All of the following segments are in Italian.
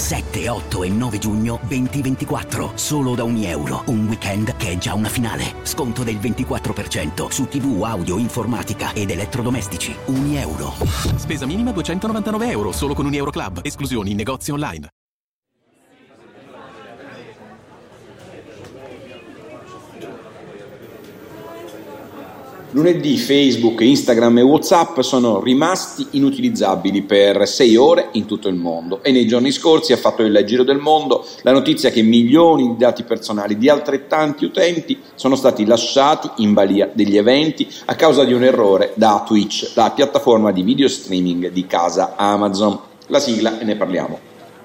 7, 8 e 9 giugno 2024. Solo da €1. Un weekend che è già una finale. Sconto del 24% su TV, audio, informatica ed elettrodomestici. €1. Spesa minima €299, solo con €1 Club. Esclusioni in negozi online. Lunedì Facebook, Instagram e WhatsApp sono rimasti inutilizzabili per 6 ore in tutto il mondo e nei giorni scorsi ha fatto il giro del mondo la notizia che milioni di dati personali di altrettanti utenti sono stati lasciati in balia degli eventi a causa di un errore da Twitch, la piattaforma di video streaming di casa Amazon. La sigla e ne parliamo.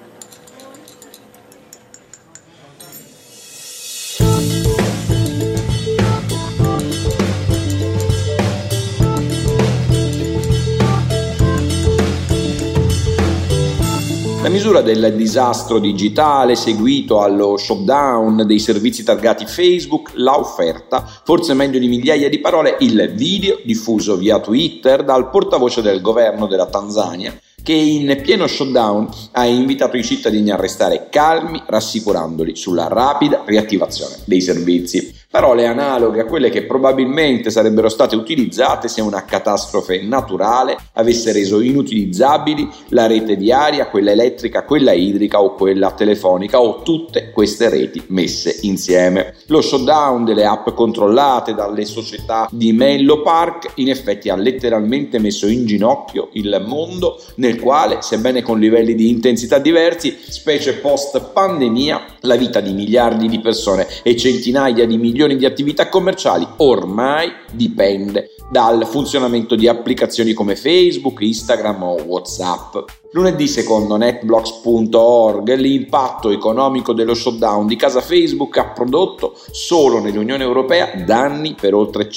La misura del disastro digitale seguito allo shutdown dei servizi targati Facebook l'ha offerta, forse meglio di migliaia di parole, il video diffuso via Twitter dal portavoce del governo della Tanzania, che in pieno shutdown ha invitato i cittadini a restare calmi, rassicurandoli sulla rapida riattivazione dei servizi. Parole analoghe a quelle che probabilmente sarebbero state utilizzate se una catastrofe naturale avesse reso inutilizzabili la rete viaria, quella elettrica, quella idrica o quella telefonica o tutte queste reti messe insieme. Lo shutdown delle app controllate dalle società di Menlo Park in effetti ha letteralmente messo in ginocchio il mondo nel quale, sebbene con livelli di intensità diversi, specie post pandemia, la vita di miliardi di persone e centinaia di milioni di attività commerciali ormai dipende dal funzionamento di applicazioni come Facebook, Instagram o WhatsApp. Lunedì, secondo netblocks.org, l'impatto economico dello shutdown di casa Facebook ha prodotto solo nell'Unione Europea danni per oltre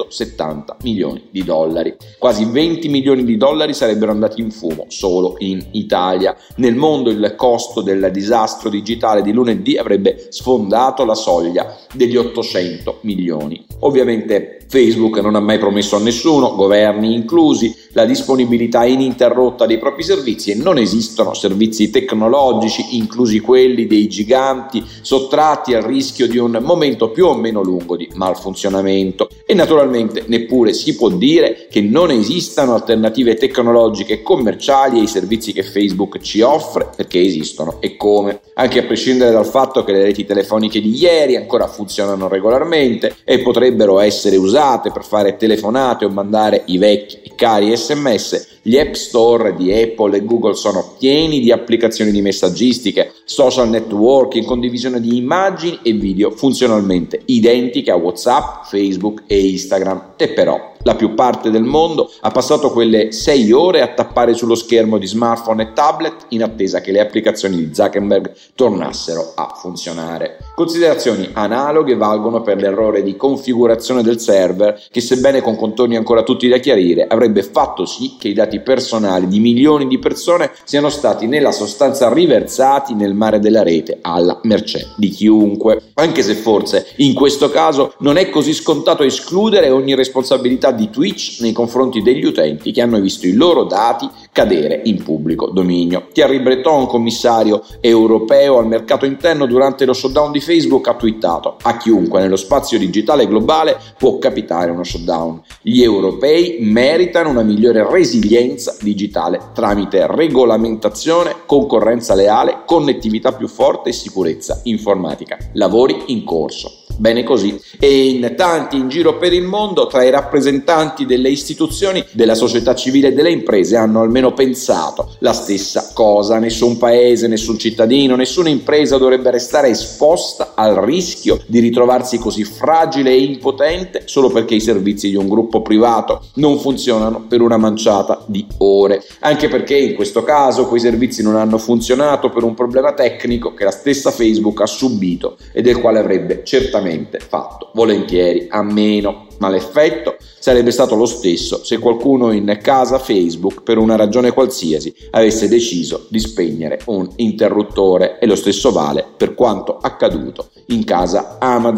170 milioni di dollari. Quasi 20 milioni di dollari sarebbero andati in fumo solo in Italia. Nel mondo il costo del disastro digitale di lunedì avrebbe sfondato la soglia degli 800 milioni. Ovviamente Facebook non ha mai promesso a nessuno, governi inclusi, la disponibilità ininterrotta dei propri servizi e non esistono servizi tecnologici, inclusi quelli dei giganti, sottratti al rischio di un momento più o meno lungo di malfunzionamento. E naturalmente neppure si può dire che non esistano alternative tecnologiche e commerciali ai servizi che Facebook ci offre, perché esistono e come. Anche a prescindere dal fatto che le reti telefoniche di ieri ancora funzionano regolarmente e potrebbero essere usate per fare telefonate o mandare i vecchi e cari SMS, gli app store di Apple e Google sono pieni di applicazioni di messaggistiche, social networking, condivisione di immagini e video funzionalmente identiche a WhatsApp, Facebook e Instagram. E però la più parte del mondo ha passato quelle 6 ore a tappare sullo schermo di smartphone e tablet in attesa che le applicazioni di Zuckerberg tornassero a funzionare. Considerazioni analoghe valgono per l'errore di configurazione del server che, sebbene con contorni ancora tutti da chiarire, avrebbe fatto sì che i dati personali di milioni di persone siano stati nella sostanza riversati nel mare della rete alla mercé di chiunque. Anche se forse in questo caso non è così scontato escludere ogni responsabilità di Twitch nei confronti degli utenti che hanno visto i loro dati cadere in pubblico dominio. Thierry Breton, commissario europeo al mercato interno, durante lo shutdown di Facebook ha twittato: a chiunque nello spazio digitale globale può capitare uno shutdown. Gli europei meritano una migliore resilienza digitale tramite regolamentazione, concorrenza leale, connettività più forte e sicurezza informatica. Lavori in corso. Bene così. E in tanti in giro per il mondo, tra i rappresentanti delle istituzioni, della società civile e delle imprese, hanno almeno pensato la stessa cosa. Nessun paese, nessun cittadino, nessuna impresa dovrebbe restare esposta al rischio di ritrovarsi così fragile e impotente solo perché i servizi di un gruppo privato non funzionano per una manciata di ore. Anche perché in questo caso quei servizi non hanno funzionato per un problema tecnico che la stessa Facebook ha subito e del quale avrebbe certamente fatto volentieri a meno. Ma l'effetto sarebbe stato lo stesso se qualcuno in casa Facebook, per una ragione qualsiasi, avesse deciso di spegnere un interruttore, e lo stesso vale per quanto accaduto in casa Amazon.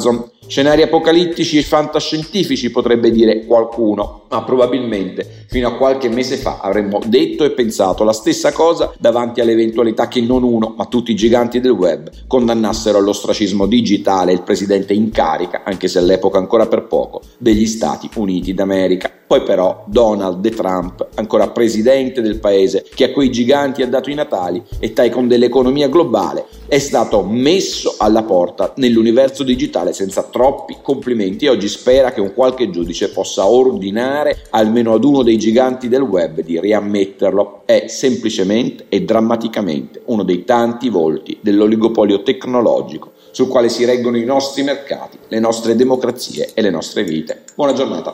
Scenari apocalittici e fantascientifici, potrebbe dire qualcuno, ma probabilmente fino a qualche mese fa avremmo detto e pensato la stessa cosa davanti all'eventualità che non uno, ma tutti i giganti del web condannassero all'ostracismo digitale il presidente in carica, anche se all'epoca ancora per poco, degli Stati Uniti d'America. Poi però Donald Trump, ancora presidente del paese che a quei giganti ha dato i natali e tycoon dell'economia globale, è stato messo alla porta nell'universo digitale senza troppi complimenti e oggi spera che un qualche giudice possa ordinare almeno ad uno dei giganti del web di riammetterlo. È semplicemente e drammaticamente uno dei tanti volti dell'oligopolio tecnologico sul quale si reggono i nostri mercati, le nostre democrazie e le nostre vite. Buona giornata.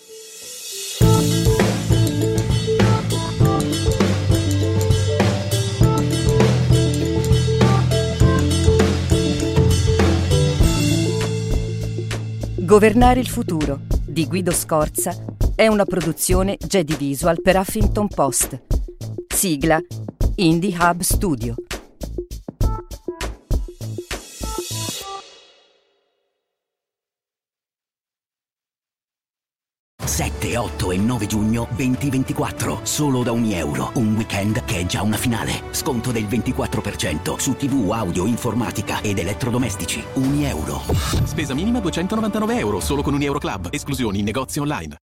Governare il futuro di Guido Scorza è una produzione Jedi Visual per Huffington Post. Sigla Indie Hub Studio. 7, 8 e 9 giugno 2024. Solo da €1. Un weekend che è già una finale. Sconto del 24% su TV, audio, informatica ed elettrodomestici. €1. Spesa minima €299, solo con €1 Club. Esclusioni in negozi online.